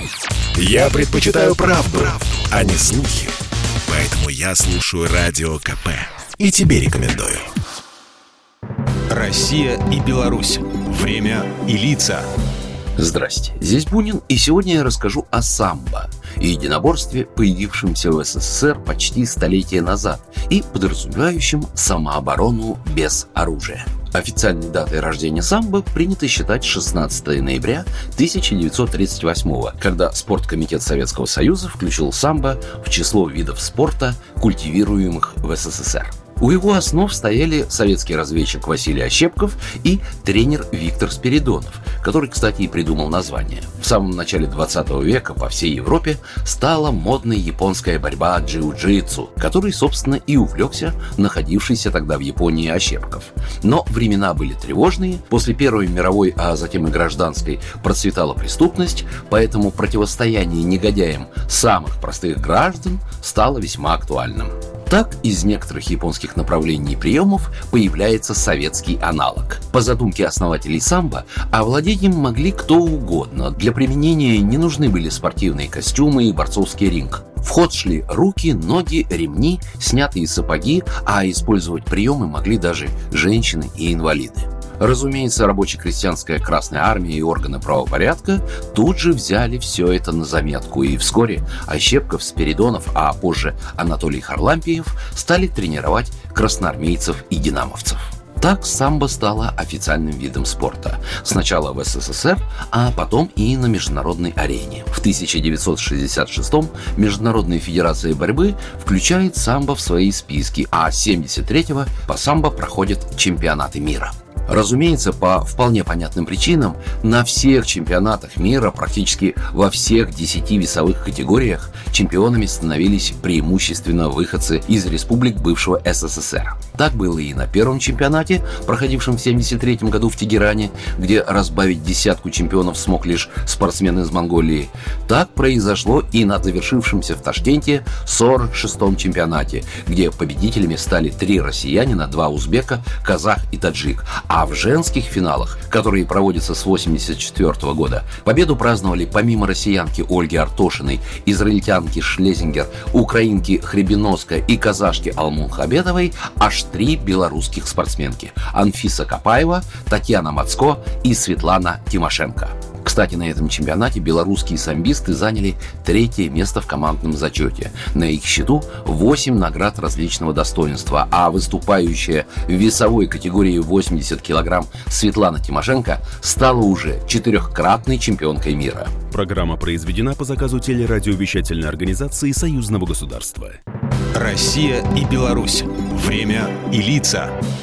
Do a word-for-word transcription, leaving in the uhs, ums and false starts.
Я предпочитаю правду, правду, а не слухи. Поэтому я слушаю Радио КП. И тебе рекомендую. Россия и Беларусь. Время и лица. Здрасте, здесь Бунин, и сегодня я расскажу о самбо, единоборстве, появившемся в СССР почти столетие назад и подразумевающем самооборону без оружия. Официальной датой рождения самбо принято считать шестнадцатое ноября тысяча девятьсот тридцать восьмого, когда Спорткомитет Советского Союза включил самбо в число видов спорта, культивируемых в СССР. У его основ стояли советский разведчик Василий Ощепков и тренер Виктор Спиридонов, который, кстати, и придумал название. В самом начале двадцатого века по всей Европе стала модной японская борьба джиу-джитсу, которой, собственно, и увлекся находившийся тогда в Японии Ощепков. Но времена были тревожные, после Первой мировой, а затем и гражданской, процветала преступность, поэтому противостояние негодяям самых простых граждан стало весьма актуальным. Так, из некоторых японских направлений и приемов появляется советский аналог. По задумке основателей самбо, овладеть им могли кто угодно. Для применения не нужны были спортивные костюмы и борцовский ринг. В ход шли руки, ноги, ремни, снятые сапоги, а использовать приемы могли даже женщины и инвалиды. Разумеется, рабоче-крестьянская Красная Армия и органы правопорядка тут же взяли все это на заметку, и вскоре Ощепков, Спиридонов, а позже Анатолий Харлампиев стали тренировать красноармейцев и динамовцев. Так самбо стало официальным видом спорта. Сначала в СССР, а потом и на международной арене. В тысяча девятьсот шестьдесят шестом Международная федерация борьбы включает самбо в свои списки, а с семьдесят третьего по самбо проходят чемпионаты мира. Разумеется, по вполне понятным причинам, на всех чемпионатах мира, практически во всех десяти весовых категориях, чемпионами становились преимущественно выходцы из республик бывшего СССР. Так было и на первом чемпионате, проходившем в семьдесят третьем году в Тегеране, где разбавить десятку чемпионов смог лишь спортсмен из Монголии. Так произошло и на завершившемся в Ташкенте сорок шестом чемпионате, где победителями стали три россиянина, два узбека, казах и таджик. А в женских финалах, которые проводятся с восемьдесят четвёртого года, победу праздновали помимо россиянки Ольги Артошиной, израильтянки Шлезингер, украинки Хребиноска и казашки Алмунхабедовой аж три белорусских спортсменки – Анфиса Капаева, Татьяна Мацко и Светлана Тимошенко. Кстати, на этом чемпионате белорусские самбисты заняли третье место в командном зачете. На их счету восемь наград различного достоинства, а выступающая в весовой категории восемьдесят килограмм Светлана Тимошенко стала уже четырехкратной чемпионкой мира. Программа произведена по заказу телерадиовещательной организации Союзного государства. Россия и Беларусь. Время и лица.